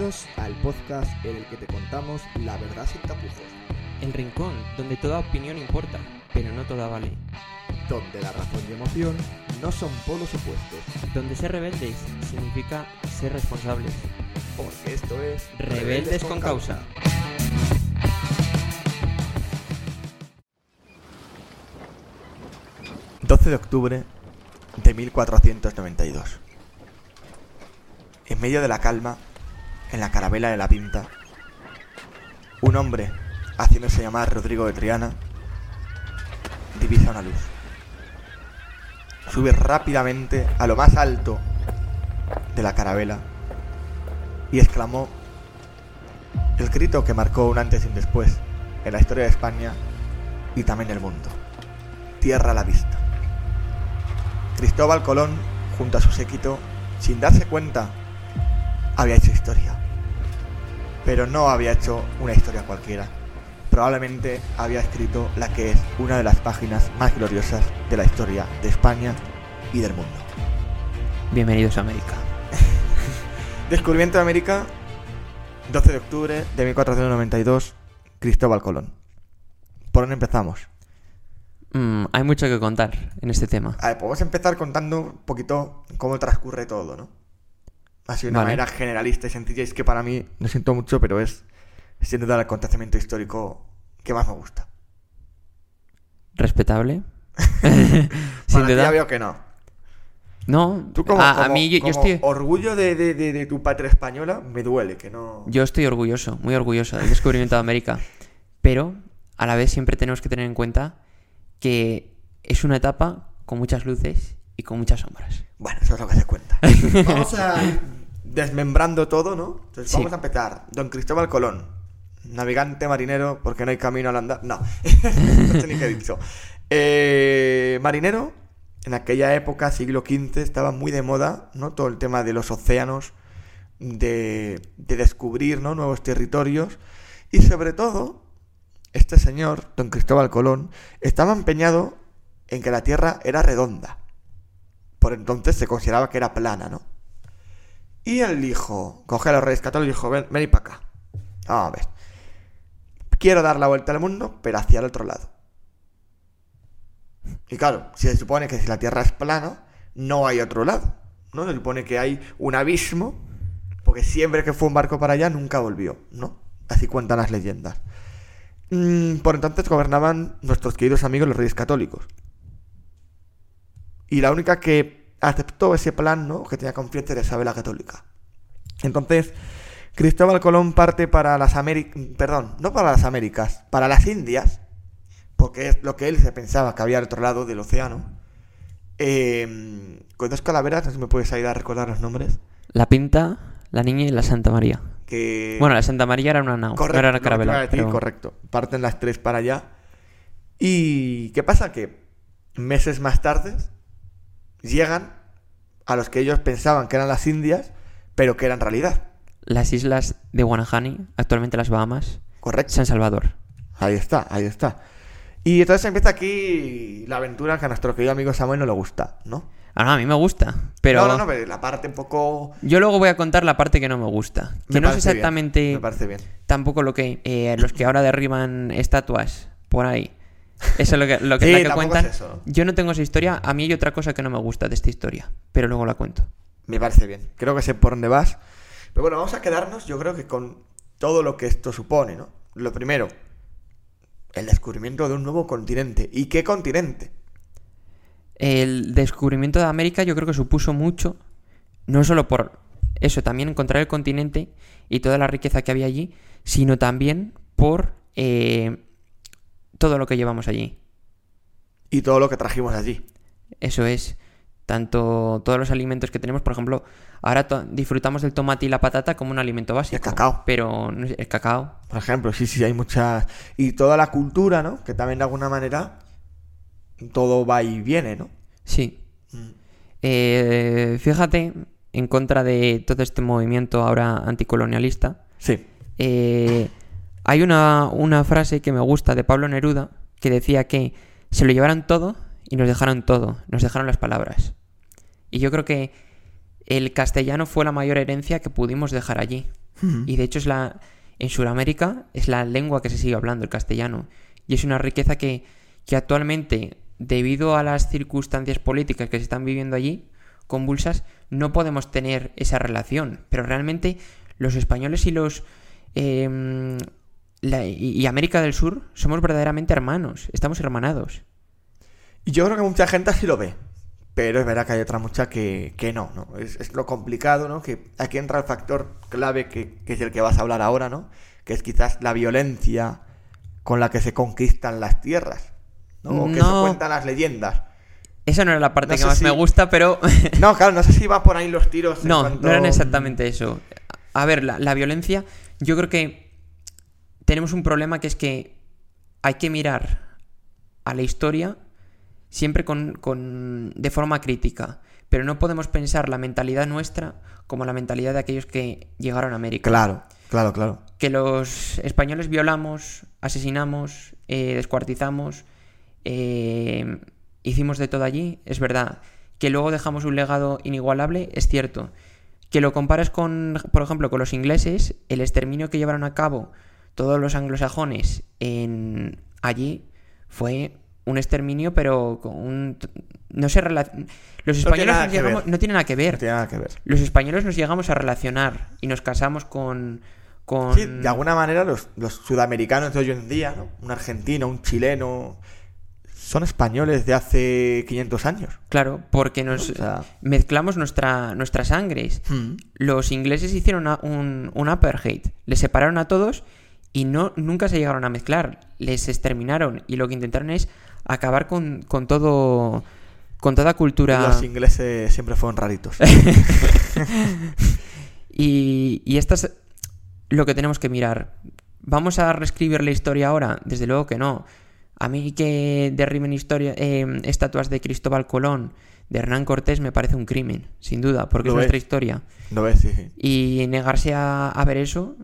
Bienvenidos al podcast en el que te contamos la verdad sin tapujos. El rincón donde toda opinión importa, pero no toda vale. Donde la razón y emoción no son polos opuestos. Donde ser rebeldes significa ser responsables. Porque esto es Rebeldes con Causa. ...12 de octubre de 1492. En medio de la calma, en la carabela de la Pinta, un hombre, haciéndose llamar Rodrigo de Triana, divisa una luz. Sube rápidamente a lo más alto de la carabela y exclamó el grito que marcó un antes y un después en la historia de España y también del mundo: tierra a la vista. Cristóbal Colón, junto a su séquito, sin darse cuenta, había hecho historia. Pero no había hecho una historia cualquiera. Probablemente había escrito la que es una de las páginas más gloriosas de la historia de España y del mundo. Bienvenidos a América. Descubrimiento de América, 12 de octubre de 1492, Cristóbal Colón. ¿Por dónde empezamos? Hay mucho que contar en este tema. A ver, podemos empezar contando un poquito cómo transcurre todo, ¿no? Así de una manera generalista y sencilla. Y es que para mí, lo siento mucho, pero es sin duda el acontecimiento histórico que más me gusta. ¿Respetable? Sin Sin duda. duda. Ya veo que no. No, Tú como, a mí yo estoy... orgullo de tu patria española, me duele que no... Yo estoy orgulloso, muy orgulloso del descubrimiento de América. Pero a la vez siempre tenemos que tener en cuenta que es una etapa con muchas luces y con muchas sombras. Bueno, eso es lo que se cuenta. Vamos a ir desmembrando todo, ¿no? Entonces Sí. vamos a empezar. Don Cristóbal Colón, navegante marinero, porque no hay camino al andar. No, no sé ni qué he dicho. Marinero, en aquella época, siglo XV, estaba muy de moda, ¿no? Todo el tema de los océanos, de descubrir, ¿no? Nuevos territorios. Y sobre todo, este señor, don Cristóbal Colón, estaba empeñado en que la Tierra era redonda. Por entonces se consideraba que era plana, ¿no? Y él dijo, coge a los Reyes Católicos y dijo, ven para acá. Vamos a ver. Quiero dar la vuelta al mundo, pero hacia el otro lado. Y claro, se supone que si la Tierra es plana, no hay otro lado, ¿no? Se supone que hay un abismo, porque siempre que fue un barco para allá, nunca volvió, ¿no? Así cuentan las leyendas. Por entonces gobernaban nuestros queridos amigos los Reyes Católicos. Y la única que aceptó ese plan, ¿no?, que tenía confianza, era Isabel la Católica. Entonces, Cristóbal Colón parte para las Américas... Perdón, no para las Américas, para las Indias, porque es lo que él se pensaba que había al otro lado del océano. Con dos calaveras, no sé si me puedes ayudar a recordar los nombres. La Pinta, la Niña y la Santa María. Que... Bueno, la Santa María era una nao, correcto, no era una carabela. pero... Correcto, parten las tres para allá. ¿Y qué pasa? Que meses más tarde llegan a los que ellos pensaban que eran las Indias, pero que eran realidad. Las islas de Guanahani, actualmente las Bahamas. Correcto. San Salvador. Ahí está, ahí está. Y entonces empieza aquí la aventura que a nuestro querido amigo Samuel no le gusta, ¿no? Ah, no, a mí me gusta, pero... No, pero la parte un poco... Yo luego voy a contar la parte que no me gusta. Que no es exactamente... Bien, me parece bien. Tampoco lo que... los que ahora derriban estatuas por ahí. Eso es lo que, Sí, la que tampoco cuentan. es eso. Yo no tengo esa historia. A mí hay otra cosa que no me gusta de esta historia, pero luego la cuento. Me parece bien. Creo que sé por dónde vas. Pero bueno, vamos a quedarnos, yo creo que con todo lo que esto supone, ¿no? Lo primero, el descubrimiento de un nuevo continente. ¿Y qué continente? El descubrimiento de América yo creo que supuso mucho, no solo por eso, también encontrar el continente y toda la riqueza que había allí, sino también por todo lo que llevamos allí. Y todo lo que trajimos allí. Eso es, tanto todos los alimentos que tenemos, por ejemplo, ahora disfrutamos del tomate y la patata como un alimento básico. El cacao. Pero el cacao. Por ejemplo, sí, hay muchas... Y toda la cultura, ¿no? Que también de alguna manera todo va y viene, ¿no? Sí. Fíjate, en contra de todo este movimiento ahora anticolonialista, Sí. hay una frase que me gusta de Pablo Neruda que decía que se lo llevaron todo y nos dejaron todo, nos dejaron las palabras. Y yo creo que el castellano fue la mayor herencia que pudimos dejar allí. Y de hecho en Sudamérica es la lengua que se sigue hablando, el castellano. Y es una riqueza que actualmente, debido a las circunstancias políticas que se están viviendo allí, convulsas, no podemos tener esa relación. Pero realmente los españoles y y América del Sur somos verdaderamente hermanos, estamos hermanados. Y yo creo que mucha gente así lo ve. Pero es verdad que hay otra mucha que no. Es lo complicado, ¿no? Que aquí entra el factor clave que es el que vas a hablar ahora, ¿no? Que es quizás la violencia con la que se conquistan las tierras, ¿no? O que se cuentan las leyendas. Esa no era la parte que más me gusta, pero... No, claro, no sé si va por ahí los tiros. No eran exactamente eso. A ver, la violencia, yo creo que tenemos un problema, que es que hay que mirar a la historia siempre de forma crítica, pero no podemos pensar la mentalidad nuestra como la mentalidad de aquellos que llegaron a América. Claro. Que los españoles violamos, asesinamos, descuartizamos, hicimos de todo allí, es verdad. Que luego dejamos un legado inigualable, es cierto. Que lo comparas por ejemplo, con los ingleses, el exterminio que llevaron a cabo todos los anglosajones allí fue un exterminio, pero con los españoles no tienen nada que ver. Los españoles nos llegamos a relacionar y nos casamos con... Sí, de alguna manera los sudamericanos de hoy en día, ¿no? Un argentino, un chileno, son españoles de hace 500 años. Claro, porque mezclamos nuestras sangres. Los ingleses hicieron un apartheid, les separaron a todos y nunca se llegaron a mezclar, les exterminaron, y lo que intentaron es acabar con toda cultura. Los ingleses siempre fueron raritos. y esto es lo que tenemos que mirar. ¿Vamos a reescribir la historia ahora? Desde luego que no. A mí que derriben estatuas de Cristóbal Colón, de Hernán Cortés, me parece un crimen, sin duda, porque es nuestra historia. Lo ves, sí. Y negarse a ver eso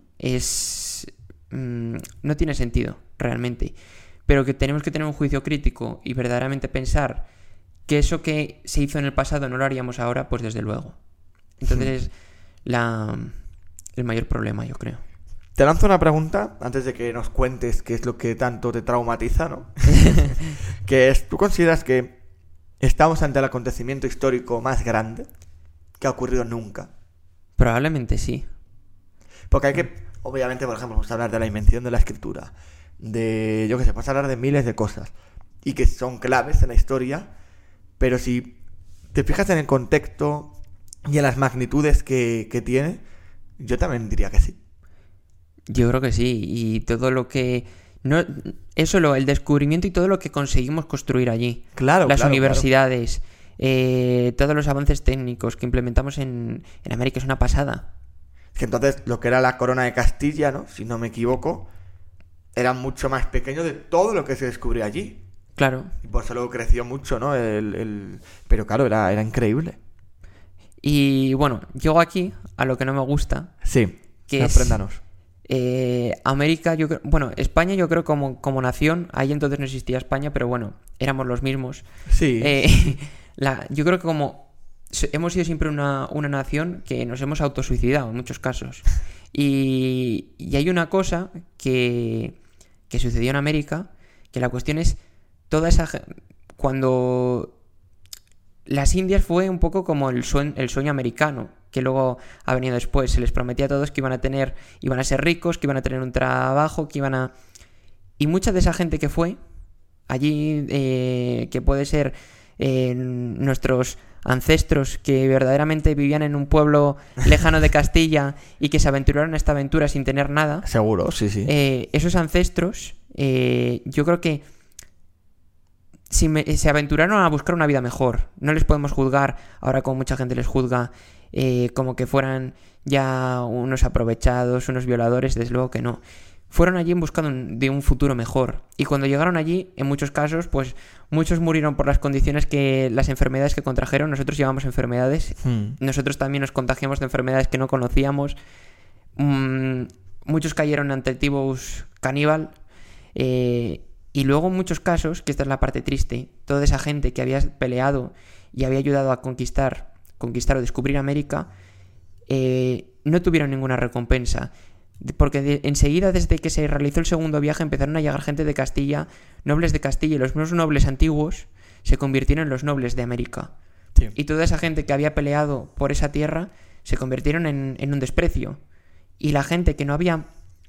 no tiene sentido, realmente. Pero que tenemos que tener un juicio crítico y verdaderamente pensar que eso que se hizo en el pasado no lo haríamos ahora, pues desde luego. Entonces el mayor problema, yo creo. Te lanzo una pregunta antes de que nos cuentes qué es lo que tanto te traumatiza, ¿no? Que es, ¿tú consideras que estamos ante el acontecimiento histórico más grande que ha ocurrido nunca? Probablemente sí. Porque hay que, obviamente, por ejemplo, vamos a hablar de la invención de la escritura, vamos a hablar de miles de cosas y que son claves en la historia, pero si te fijas en el contexto y en las magnitudes que tiene, yo también diría que sí. Yo creo que sí, y todo lo que... el descubrimiento y todo lo que conseguimos construir allí. Las universidades, todos los avances técnicos que implementamos en América, es una pasada. Que entonces lo que era la corona de Castilla, ¿no? Si no me equivoco, era mucho más pequeño de todo lo que se descubrió allí. Claro. Y por eso luego creció mucho, ¿no? Pero claro, era increíble. Y bueno, llego aquí a lo que no me gusta. Sí, que apréndanos. América, España, yo creo como nación, ahí entonces no existía España, pero bueno, éramos los mismos. Sí. Yo creo que como hemos sido siempre una nación que nos hemos autosuicidado en muchos casos. Y hay una cosa que sucedió en América, que la cuestión es cuando las Indias fue un poco como el sueño americano, que luego ha venido después. Se les prometía a todos que iban a ser ricos, que iban a tener un trabajo, y mucha de esa gente que fue allí, que puede ser nuestros ancestros que verdaderamente vivían en un pueblo lejano de Castilla y que se aventuraron a esta aventura sin tener nada. Seguro, sí. Esos ancestros, yo creo que se aventuraron a buscar una vida mejor. No les podemos juzgar ahora como mucha gente les juzga, como que fueran ya unos aprovechados, unos violadores. Desde luego que no. Fueron allí en busca de un futuro mejor. Y cuando llegaron allí, en muchos casos, pues muchos murieron por las condiciones las enfermedades que contrajeron. Nosotros llevamos enfermedades. Nosotros también nos contagiamos de enfermedades que no conocíamos. Muchos cayeron ante el tifus caníbal. Y luego en muchos casos, que esta es la parte triste, toda esa gente que había peleado y había ayudado a conquistar o descubrir América, no tuvieron ninguna recompensa. Porque enseguida, desde que se realizó el segundo viaje, empezaron a llegar gente de Castilla, nobles de Castilla, y los mismos nobles antiguos se convirtieron en los nobles de América. Sí. Y toda esa gente que había peleado por esa tierra se convirtieron en un desprecio. Y la gente que no había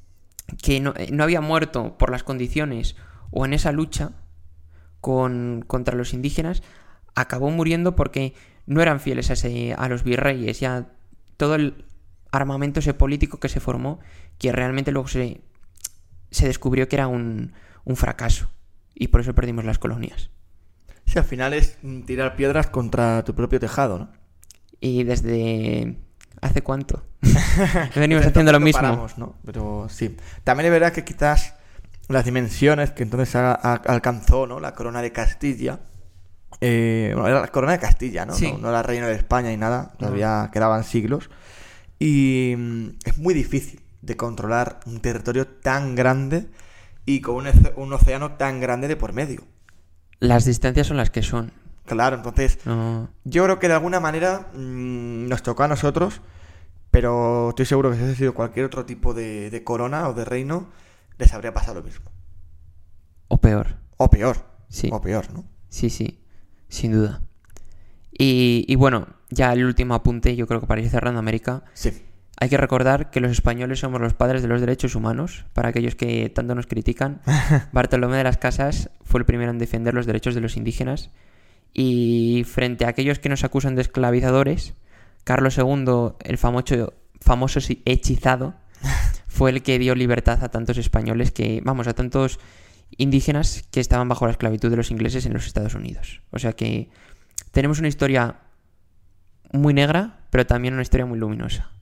muerto por las condiciones o en esa lucha contra los indígenas, acabó muriendo porque no eran fieles a los virreyes, ya todo el armamento ese político que se formó, que realmente luego se descubrió que era un fracaso, y por eso perdimos las colonias. Sí, al final es tirar piedras contra tu propio tejado, ¿no? Y desde... ¿hace cuánto? Venimos haciendo lo mismo. Paramos, ¿no? Pero sí. También es verdad que quizás las dimensiones que entonces alcanzó, ¿no?, la corona de Castilla. Bueno, era la corona de Castilla, ¿no? Sí. No la reina de España ni nada. Todavía quedaban siglos. Y es muy difícil de controlar un territorio tan grande y con un océano tan grande de por medio. Las distancias son las que son. Claro, entonces yo creo que de alguna manera nos tocó a nosotros, pero estoy seguro que si hubiese sido cualquier otro tipo de corona o de reino, les habría pasado lo mismo. O peor. O peor. Sí. O peor, ¿no? Sí, sin duda. Y bueno, ya el último apunte, yo creo que para ir cerrando América. Sí. Hay que recordar que los españoles somos los padres de los derechos humanos. Para aquellos que tanto nos critican, Bartolomé de las Casas fue el primero en defender los derechos de los indígenas. Y frente a aquellos que nos acusan de esclavizadores, Carlos II, el famoso hechizado, fue el que dio libertad a tantos españoles a tantos indígenas que estaban bajo la esclavitud de los ingleses en los Estados Unidos. O sea que tenemos una historia muy negra, pero también una historia muy luminosa.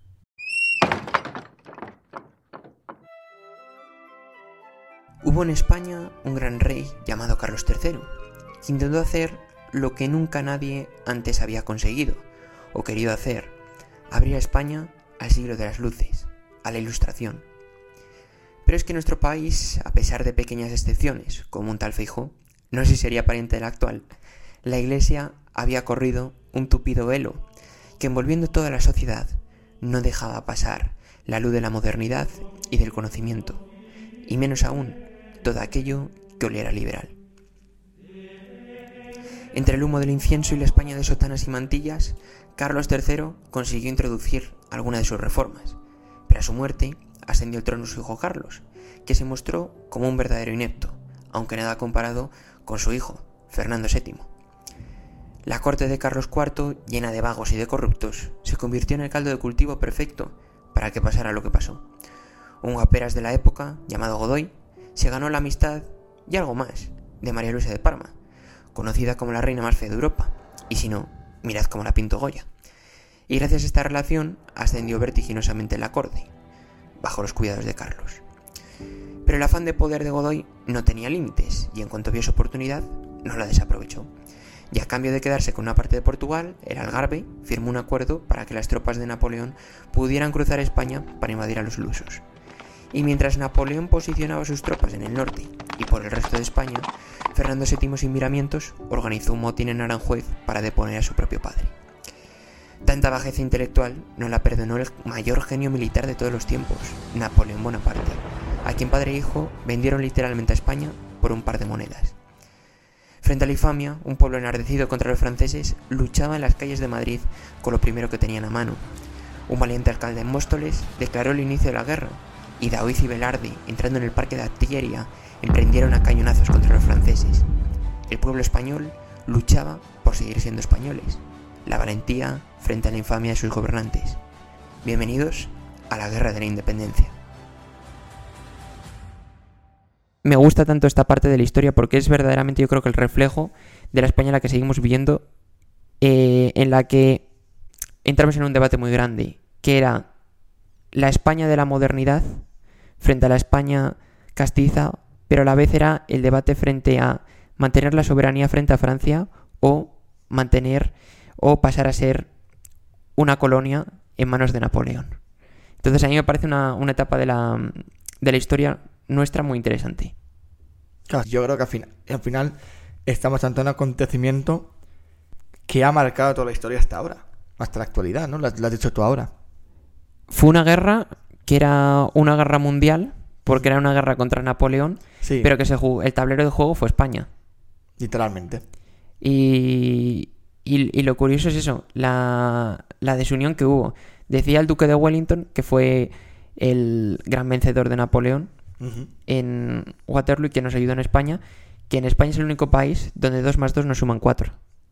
Hubo en España un gran rey llamado Carlos III, que intentó hacer lo que nunca nadie antes había conseguido o querido hacer: abrir a España al siglo de las luces, a la Ilustración. Pero es que nuestro país, a pesar de pequeñas excepciones, como un tal Feijóo, no sé si sería pariente del actual, la Iglesia había corrido un tupido velo que, envolviendo toda la sociedad, no dejaba pasar la luz de la modernidad y del conocimiento, y menos aún todo aquello que oliera liberal. Entre el humo del incienso y la España de sotanas y mantillas, Carlos III consiguió introducir algunas de sus reformas, pero a su muerte ascendió al trono su hijo Carlos, que se mostró como un verdadero inepto, aunque nada comparado con su hijo, Fernando VII. La corte de Carlos IV, llena de vagos y de corruptos, se convirtió en el caldo de cultivo perfecto para que pasara lo que pasó. Un guaperas de la época, llamado Godoy, se ganó la amistad y algo más de María Luisa de Parma, conocida como la reina más fea de Europa, y si no, mirad cómo la pintó Goya. Y gracias a esta relación ascendió vertiginosamente en la corte, bajo los cuidados de Carlos. Pero el afán de poder de Godoy no tenía límites, y en cuanto vio su oportunidad, no la desaprovechó. Y a cambio de quedarse con una parte de Portugal, el Algarve firmó un acuerdo para que las tropas de Napoleón pudieran cruzar España para invadir a los lusos. Y mientras Napoleón posicionaba sus tropas en el norte y por el resto de España, Fernando VII, sin miramientos, organizó un motín en Aranjuez para deponer a su propio padre. Tanta bajeza intelectual no la perdonó el mayor genio militar de todos los tiempos, Napoleón Bonaparte, a quien padre e hijo vendieron literalmente a España por un par de monedas. Frente a la infamia, un pueblo enardecido contra los franceses luchaba en las calles de Madrid con lo primero que tenían a mano. Un valiente alcalde en Móstoles declaró el inicio de la guerra, y Daoiz y Velarde, entrando en el parque de artillería, emprendieron a cañonazos contra los franceses. El pueblo español luchaba por seguir siendo españoles. La valentía frente a la infamia de sus gobernantes. Bienvenidos a la Guerra de la Independencia. Me gusta tanto esta parte de la historia porque es verdaderamente, yo creo, que el reflejo de la España en la que seguimos viviendo, en la que entramos en un debate muy grande, que era la España de la modernidad frente a la España castiza, pero a la vez era el debate frente a mantener la soberanía frente a Francia o pasar a ser una colonia en manos de Napoleón. Entonces a mí me parece una etapa de la historia nuestra muy interesante. Claro, yo creo que al final estamos ante un acontecimiento que ha marcado toda la historia hasta ahora, hasta la actualidad, ¿no? Lo has dicho tú ahora. fue una guerra que era una guerra mundial, porque era una guerra contra Napoleón, Sí, pero que el tablero de juego fue España. literalmente. Y lo curioso es eso, la desunión que hubo. Decía el duque de Wellington, que fue el gran vencedor de Napoleón Ujú. en Waterloo y que nos ayudó en España, que en España es el único país donde 2 más 2 nos suman 4.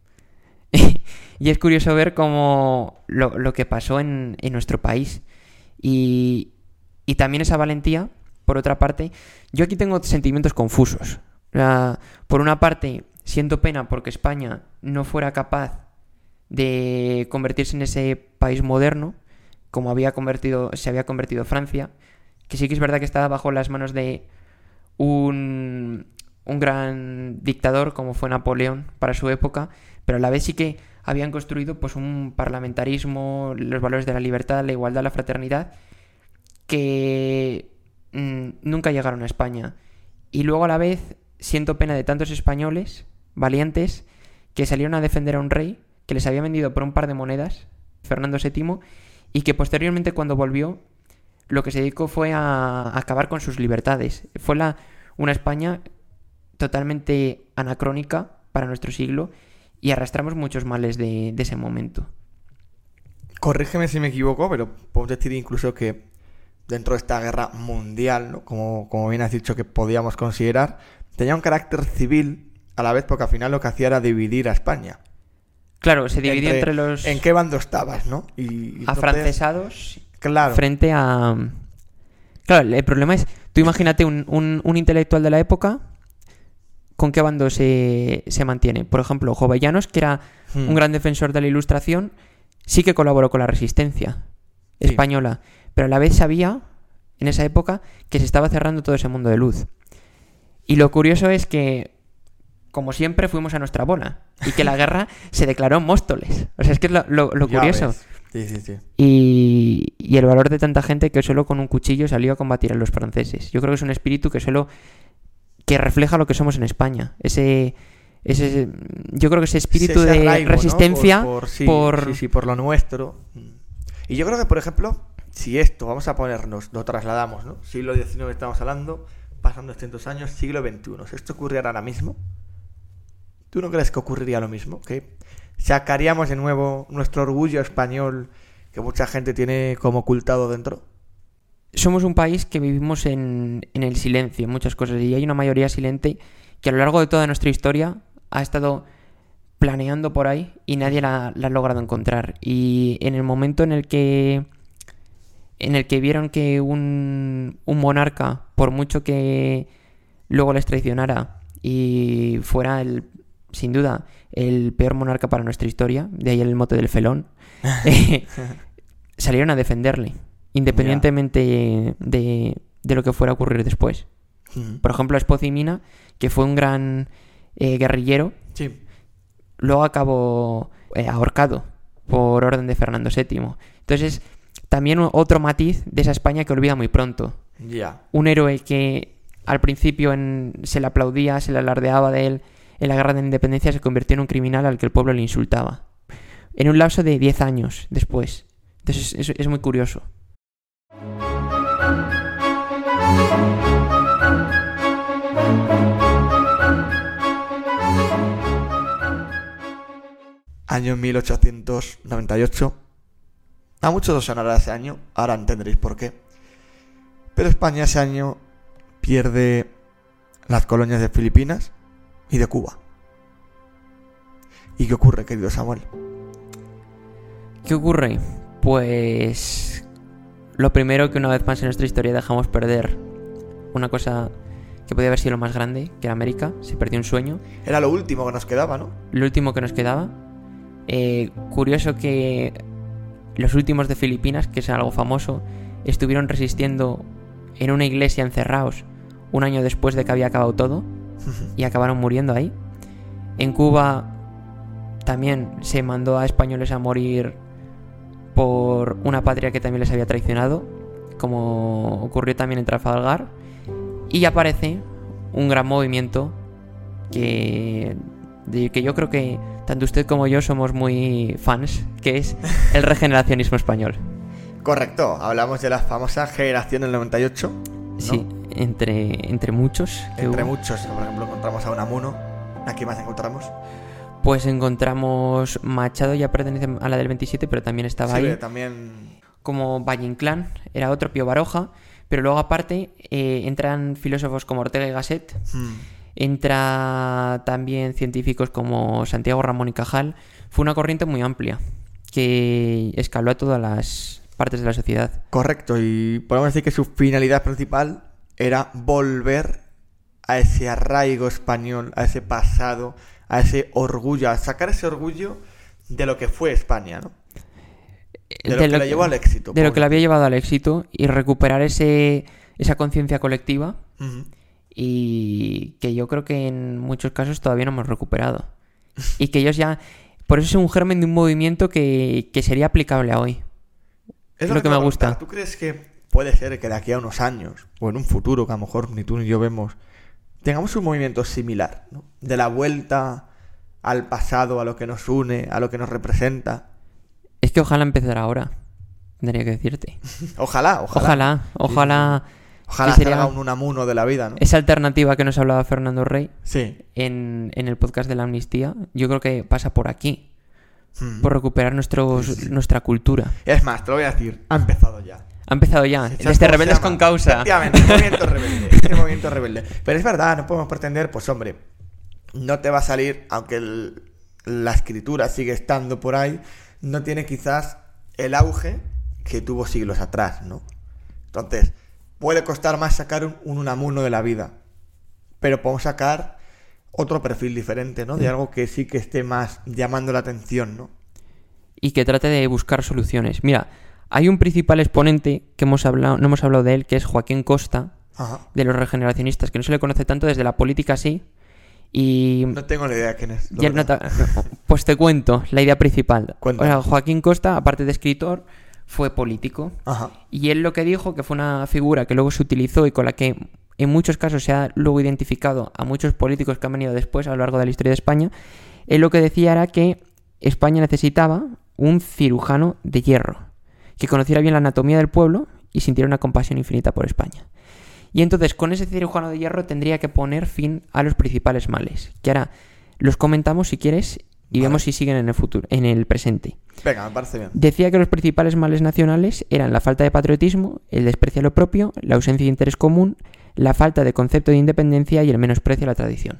Y es curioso ver cómo lo que pasó en nuestro país. Y también esa valentía, por otra parte, yo aquí tengo sentimientos confusos. Por una parte, siento pena porque España no fuera capaz de convertirse en ese país moderno, como se había convertido Francia, que sí que es verdad que estaba bajo las manos de un gran dictador como fue Napoleón para su época, pero a la vez sí que habían construido pues un parlamentarismo, los valores de la libertad, la igualdad, la fraternidad, que nunca llegaron a España. Y luego a la vez siento pena de tantos españoles valientes que salieron a defender a un rey que les había vendido por un par de monedas, Fernando VII, y que posteriormente cuando volvió lo que se dedicó fue a acabar con sus libertades. Fue una España totalmente anacrónica para nuestro siglo y arrastramos muchos males de ese momento. Corrígeme si me equivoco, pero podemos decir incluso que dentro de esta guerra mundial, ¿no? Como bien has dicho que podíamos considerar, tenía un carácter civil a la vez porque al final lo que hacía era dividir a España. Claro, se dividió entre los ¿En qué bando estabas, no? Y entonces, afrancesados claro, frente a... Claro, el problema es, tú imagínate un intelectual de la época, ¿con qué bando se mantiene? Por ejemplo, Jovellanos, que era un gran defensor de la Ilustración, sí que colaboró con la resistencia española, pero a la vez sabía, en esa época, que se estaba cerrando todo ese mundo de luz. Y lo curioso es que, como siempre, fuimos a nuestra bola y que la guerra se declaró en Móstoles. O sea, es que es lo ya curioso. ves. Sí. Y el valor de tanta gente que solo con un cuchillo salió a combatir a los franceses. Yo creo que es un espíritu que refleja lo que somos en España. Yo creo que ese espíritu Ese de arraigo, resistencia ¿no? por lo nuestro. Y yo creo que, por ejemplo, si esto, vamos a ponernos, lo trasladamos, ¿no? Siglo XIX estamos hablando, pasando 200 años, siglo XXI. Si esto ocurriera ahora mismo, ¿tú no crees que ocurriría lo mismo? ¿Que sacaríamos de nuevo nuestro orgullo español que mucha gente tiene como ocultado dentro? Somos un país que vivimos en el silencio, en muchas cosas, y hay una mayoría silente que a lo largo de toda nuestra historia ha estado planeando por ahí y nadie la ha logrado encontrar. Y en el momento en el que vieron que un monarca, por mucho que luego les traicionara y fuera sin duda el peor monarca para nuestra historia, de ahí el mote del felón, salieron a defenderle, independientemente de lo que fuera a ocurrir después. Por ejemplo, Espoz y Mina, que fue un gran guerrillero, Sí. luego acabó ahorcado por orden de Fernando VII. Entonces, también otro matiz de esa España que olvida muy pronto. Ya. Un héroe que al principio se le aplaudía, se le alardeaba de él, en la guerra de la independencia se convirtió en un criminal al que el pueblo le insultaba. En un lapso de 10 años después. Entonces es muy curioso. Año 1898. A muchos os sonará ese año, ahora entenderéis por qué. Pero España ese año pierde las colonias de Filipinas y de Cuba. ¿Y qué ocurre, querido Samuel? ¿Qué ocurre? Pues lo primero, que una vez más en nuestra historia dejamos perder una cosa que podía haber sido lo más grande, que era América. Se perdió un sueño. Era lo último que nos quedaba, ¿no? Lo último que nos quedaba. Curioso que los últimos de Filipinas, que es algo famoso, estuvieron resistiendo en una iglesia encerrados un año después de que había acabado todo y acabaron muriendo ahí. En Cuba también se mandó a españoles a morir por una patria que también les había traicionado, como ocurrió también en Trafalgar. Y aparece un gran movimiento que yo creo que tanto usted como yo somos muy fans, que es el regeneracionismo español. Correcto, hablamos de la famosa generación del 98, ¿no? Sí, entre muchos. Entre muchos, por ejemplo, encontramos a Unamuno. ¿A quién más encontramos? Pues encontramos Machado, ya pertenece a la del 27, pero también estaba Sí, ahí. también... Como Valle Inclán, era otro, Pío Baroja. Pero luego aparte entran filósofos como Ortega y Gasset. Entra también científicos como Santiago Ramón y Cajal. Fue una corriente muy amplia que escaló a todas las partes de la sociedad. Correcto, y podemos decir que su finalidad principal era volver a ese arraigo español, a ese pasado, a ese orgullo, a sacar ese orgullo de lo que fue España, ¿no? De lo que la llevó al éxito. De lo que la había llevado al éxito y recuperar esa conciencia colectiva. Uh-huh. Y que yo creo que en muchos casos todavía no hemos recuperado. Y que ellos ya... Por eso es un germen de un movimiento que sería aplicable a hoy. Es lo que me gusta. ¿Tú crees que puede ser que de aquí a unos años, o en un futuro que a lo mejor ni tú ni yo vemos, tengamos un movimiento similar, ¿no? De la vuelta al pasado, a lo que nos une, a lo que nos representa? Es que ojalá empezara ahora, tendría que decirte. Ojalá. Ojalá Sería un Unamuno de la vida, ¿no? Esa alternativa que nos hablaba Fernando Rey, sí, en el podcast de la amnistía, yo creo que pasa por aquí. Por recuperar nuestra cultura. Es más, te lo voy a decir, ha empezado ya. Ha empezado ya, desde Rebeldes con Causa. Efectivamente, el movimiento rebelde. Pero es verdad, no podemos pretender, pues hombre, no te va a salir, aunque la escritura sigue estando por ahí, no tiene quizás el auge que tuvo siglos atrás, ¿no? Entonces, puede costar más sacar un Unamuno de la vida, pero podemos sacar otro perfil diferente, ¿no? De algo que sí que esté más llamando la atención, ¿no? Y que trate de buscar soluciones. Mira, hay un principal exponente que no hemos hablado de él, que es Joaquín Costa, Ajá. De los regeneracionistas, que no se le conoce tanto desde la política, sí. Y... No tengo ni idea quién es. Pues te cuento la idea principal. Cuéntame. O sea, Joaquín Costa, aparte de escritor, fue político. Ajá. Y él lo que dijo, que fue una figura que luego se utilizó y con la que en muchos casos se ha luego identificado a muchos políticos que han venido después a lo largo de la historia de España, él lo que decía era que España necesitaba un cirujano de hierro, que conociera bien la anatomía del pueblo y sintiera una compasión infinita por España. Y entonces con ese cirujano de hierro tendría que poner fin a los principales males, que ahora los comentamos si quieres y vemos si siguen en el futuro, en el presente. Venga, me parece bien. Decía que los principales males nacionales eran la falta de patriotismo, el desprecio a lo propio, la ausencia de interés común, la falta de concepto de independencia y el menosprecio a la tradición.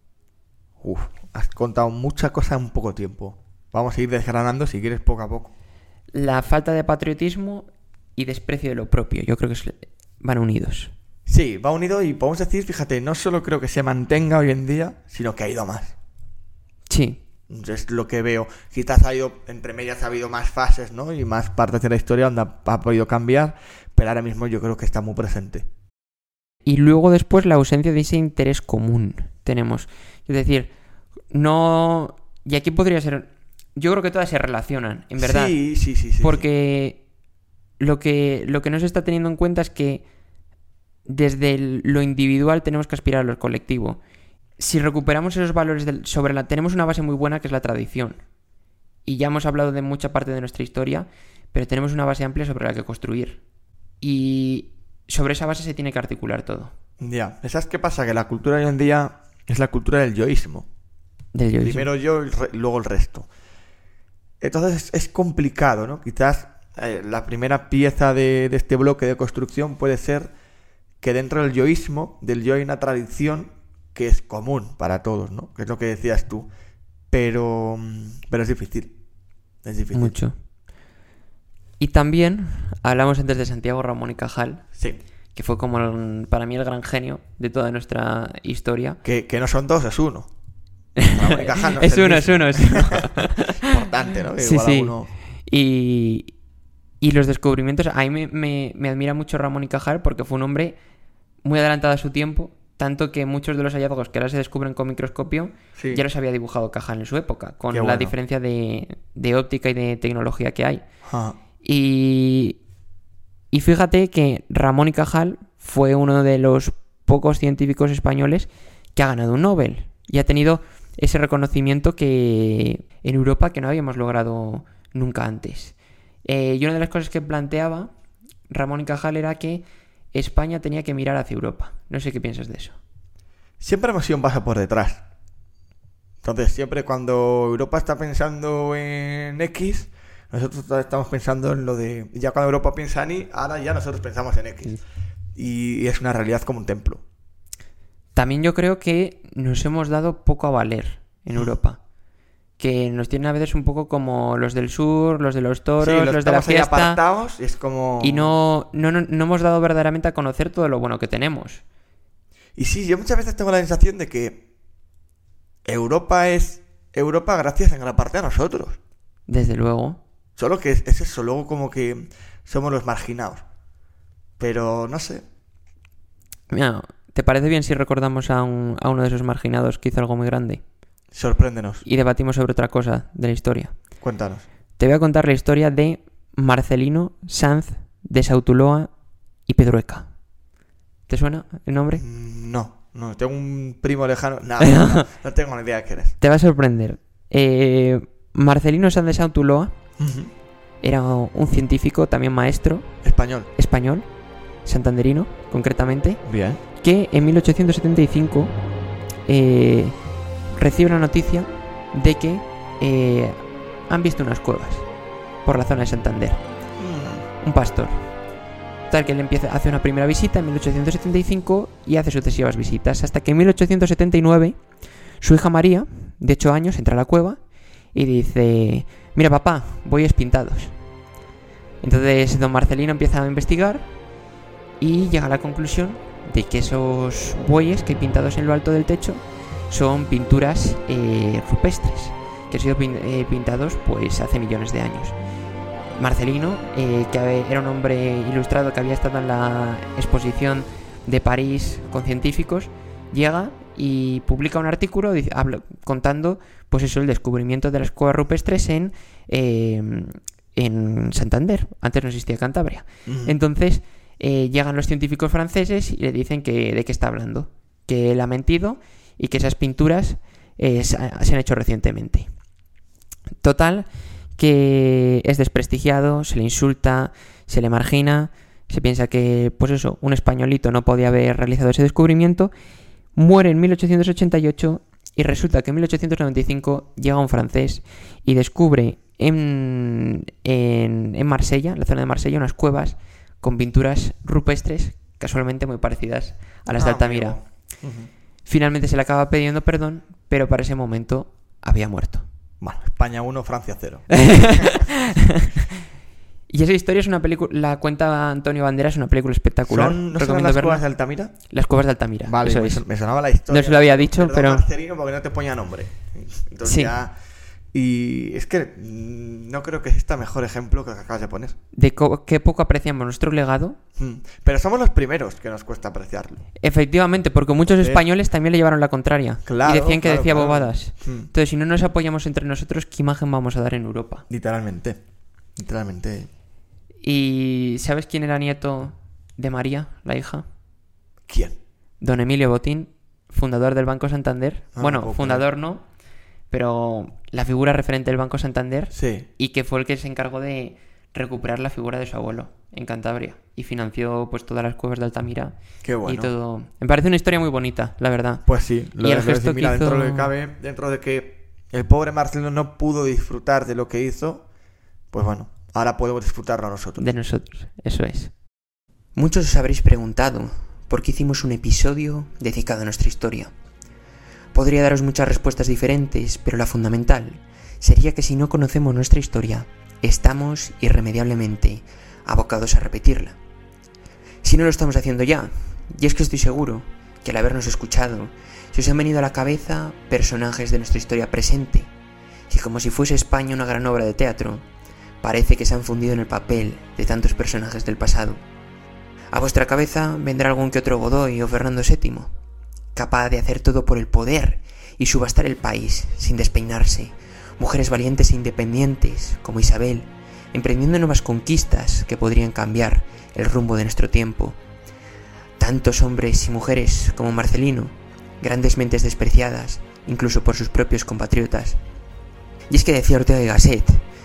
Has contado mucha cosa en poco tiempo. Vamos a ir desgranando si quieres poco a poco. La falta de patriotismo y desprecio de lo propio, yo creo que van unidos. Sí, va unido y podemos decir, fíjate, no solo creo que se mantenga hoy en día, sino que ha ido más. Sí. Es lo que veo. Quizás ha ido, entre medias ha habido más fases, ¿no? Y más partes de la historia donde ha podido cambiar, pero ahora mismo yo creo que está muy presente. Y luego después la ausencia de ese interés común tenemos. Es decir, no... Y aquí podría ser... Yo creo que todas se relacionan, en verdad. Sí. Porque lo que no se está teniendo en cuenta es que desde lo individual tenemos que aspirar a lo colectivo. Si recuperamos esos valores tenemos una base muy buena que es la tradición. Y ya hemos hablado de mucha parte de nuestra historia, pero tenemos una base amplia sobre la que construir. Y sobre esa base se tiene que articular todo. Ya, ¿sabes qué pasa? Que la cultura hoy en día es la cultura del yoísmo. Primero yo y luego el resto. Entonces es complicado, ¿no? Quizás la primera pieza de este bloque de construcción puede ser que dentro del yoísmo, del yo hay una tradición que es común para todos, ¿no? Que es lo que decías tú. Pero es difícil. Es difícil. Mucho. Y también hablamos antes de Santiago Ramón y Cajal. Sí. Que fue como para mí el gran genio de toda nuestra historia. Que no son dos, es uno. Ramón y Cajal no es uno. Importante, ¿no? Que Sí, igual sí. a uno... Y los descubrimientos... A mí me admira mucho Ramón y Cajal porque fue un hombre muy adelantado a su tiempo. Tanto que muchos de los hallazgos que ahora se descubren con microscopio ya los había dibujado Cajal en su época. Con la diferencia de óptica y de tecnología que hay. Ajá. Y fíjate que Ramón y Cajal fue uno de los pocos científicos españoles que ha ganado un Nobel y ha tenido ese reconocimiento que en Europa que no habíamos logrado nunca antes. Y una de las cosas que planteaba Ramón y Cajal era que España tenía que mirar hacia Europa. No sé qué piensas de eso. Siempre hemos sido un paso por detrás. Entonces, siempre cuando Europa está pensando en X, nosotros estamos pensando en lo de... Ya cuando Europa piensa en Y, ahora ya nosotros pensamos en X. Y es una realidad como un templo. También yo creo que nos hemos dado poco a valer en Europa. Que nos tienen a veces un poco como los del sur, los de los toros, Sí, los de la estamos ahí fiesta. apartados y es como... Y no hemos dado verdaderamente a conocer todo lo bueno que tenemos. Y sí, yo muchas veces tengo la sensación de que Europa es Europa gracias en gran parte a nosotros. Desde luego. Solo que es eso, luego como que somos los marginados. Pero no sé. Mira, ¿te parece bien si recordamos a uno de esos marginados que hizo algo muy grande? Sorpréndenos. Y debatimos sobre otra cosa de la historia. Cuéntanos. Te voy a contar la historia de Marcelino Sanz de Sautuloa y Pedrueca. ¿Te suena el nombre? No, tengo un primo lejano. No tengo ni idea de quién es. Te va a sorprender. Marcelino Sanz de Sautuloa era un científico, también maestro, español, santanderino, concretamente, Bien. que en 1875 recibe la noticia de que han visto unas cuevas por la zona de Santander. Un pastor. Tal que él hace una primera visita en 1875 y hace sucesivas visitas, hasta que en 1879 su hija María, de 8 años, entra a la cueva y dice: mira papá, bueyes pintados. Entonces don Marcelino empieza a investigar y llega a la conclusión de que esos bueyes que hay pintados en lo alto del techo son pinturas rupestres, que han sido pintados pues hace millones de años. Marcelino, que era un hombre ilustrado que había estado en la exposición de París con científicos, llega y publica un artículo contando pues eso, el descubrimiento de las cuevas rupestres en Santander. Antes no existía Cantabria. Entonces llegan los científicos franceses y le dicen que de qué está hablando, que él ha mentido y que esas pinturas se han hecho recientemente. Total, que es desprestigiado, se le insulta, se le margina, se piensa que, pues eso, un españolito no podía haber realizado ese descubrimiento. Muere en 1888 y resulta que en 1895 llega un francés y descubre en Marsella, en la zona de Marsella, unas cuevas con pinturas rupestres casualmente muy parecidas a las de Altamira. Finalmente se le acaba pidiendo perdón, pero para ese momento había muerto. Bueno, España 1, Francia 0. Y esa historia es una película, la cuenta Antonio Banderas, es una película espectacular. ¿No son las cuevas de Altamira? Las cuevas de Altamira. Vale, eso es. Me sonaba la historia. No se lo había dicho, pero... Marcelino porque no te ponía nombre. Entonces sí. Ya... Y es que no creo que exista mejor ejemplo que el que acabas de poner. De qué poco apreciamos nuestro legado. Pero somos los primeros que nos cuesta apreciarlo. Efectivamente, porque muchos españoles también le llevaron la contraria. Claro, y decían que decía claro. bobadas. Entonces, si no nos apoyamos entre nosotros, ¿qué imagen vamos a dar en Europa? Literalmente. ¿Y sabes quién era nieto de María, la hija? ¿Quién? Don Emilio Botín, fundador del Banco Santander. Bueno, fundador no, pero la figura referente del Banco Santander. Sí. Y que fue el que se encargó de recuperar la figura de su abuelo en Cantabria y financió pues todas las cuevas de Altamira. Qué bueno. Y todo. Me parece una historia muy bonita, la verdad. Pues sí, y el gesto mira, que hizo... dentro de lo que cabe, dentro de que el pobre Marcelino no pudo disfrutar de lo que hizo, pues bueno, ahora podemos disfrutarlo nosotros. De nosotros, eso es. Muchos os habréis preguntado por qué hicimos un episodio dedicado a nuestra historia. Podría daros muchas respuestas diferentes, pero la fundamental sería que si no conocemos nuestra historia, estamos irremediablemente abocados a repetirla. Si no lo estamos haciendo ya, y es que estoy seguro que al habernos escuchado, se os han venido a la cabeza personajes de nuestra historia presente, y como si fuese España una gran obra de teatro, parece que se han fundido en el papel de tantos personajes del pasado. A vuestra cabeza vendrá algún que otro Godoy o Fernando VII, capaz de hacer todo por el poder y subastar el país sin despeinarse, mujeres valientes e independientes como Isabel, emprendiendo nuevas conquistas que podrían cambiar el rumbo de nuestro tiempo. Tantos hombres y mujeres como Marcelino, grandes mentes despreciadas, incluso por sus propios compatriotas. Y es que decía Ortega y Gasset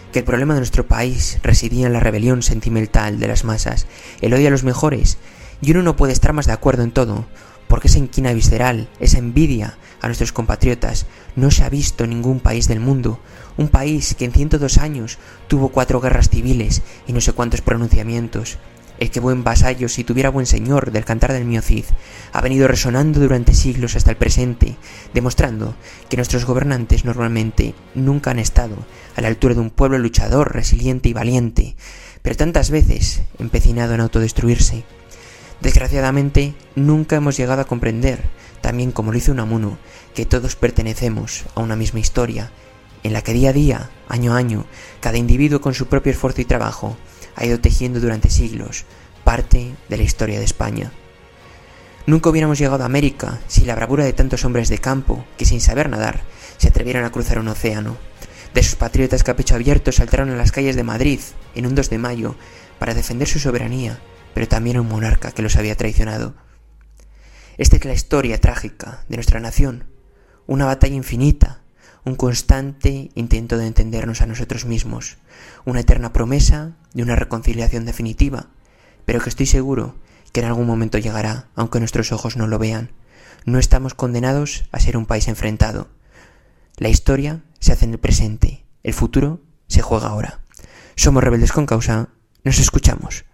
que el problema de nuestro país residía en la rebelión sentimental de las masas, el odio a los mejores, y uno no puede estar más de acuerdo en todo, porque esa inquina visceral, esa envidia a nuestros compatriotas no se ha visto en ningún país del mundo, un país que en 102 años tuvo 4 guerras civiles y no sé cuántos pronunciamientos. El que buen vasallo, si tuviera buen señor del cantar del mío Cid, ha venido resonando durante siglos hasta el presente, demostrando que nuestros gobernantes normalmente nunca han estado a la altura de un pueblo luchador, resiliente y valiente, pero tantas veces empecinado en autodestruirse. Desgraciadamente, nunca hemos llegado a comprender, también como lo hizo Unamuno, que todos pertenecemos a una misma historia, en la que día a día, año a año, cada individuo con su propio esfuerzo y trabajo ha ido tejiendo durante siglos parte de la historia de España. Nunca hubiéramos llegado a América si la bravura de tantos hombres de campo que sin saber nadar se atrevieron a cruzar un océano, de esos patriotas que a pecho abierto saltaron a las calles de Madrid en un 2 de mayo para defender su soberanía, pero también a un monarca que los había traicionado. Esta es la historia trágica de nuestra nación, una batalla infinita, un constante intento de entendernos a nosotros mismos, una eterna promesa de una reconciliación definitiva, pero que estoy seguro que en algún momento llegará, aunque nuestros ojos no lo vean. No estamos condenados a ser un país enfrentado. La historia se hace en el presente, el futuro se juega ahora. Somos Rebeldes con Causa, nos escuchamos.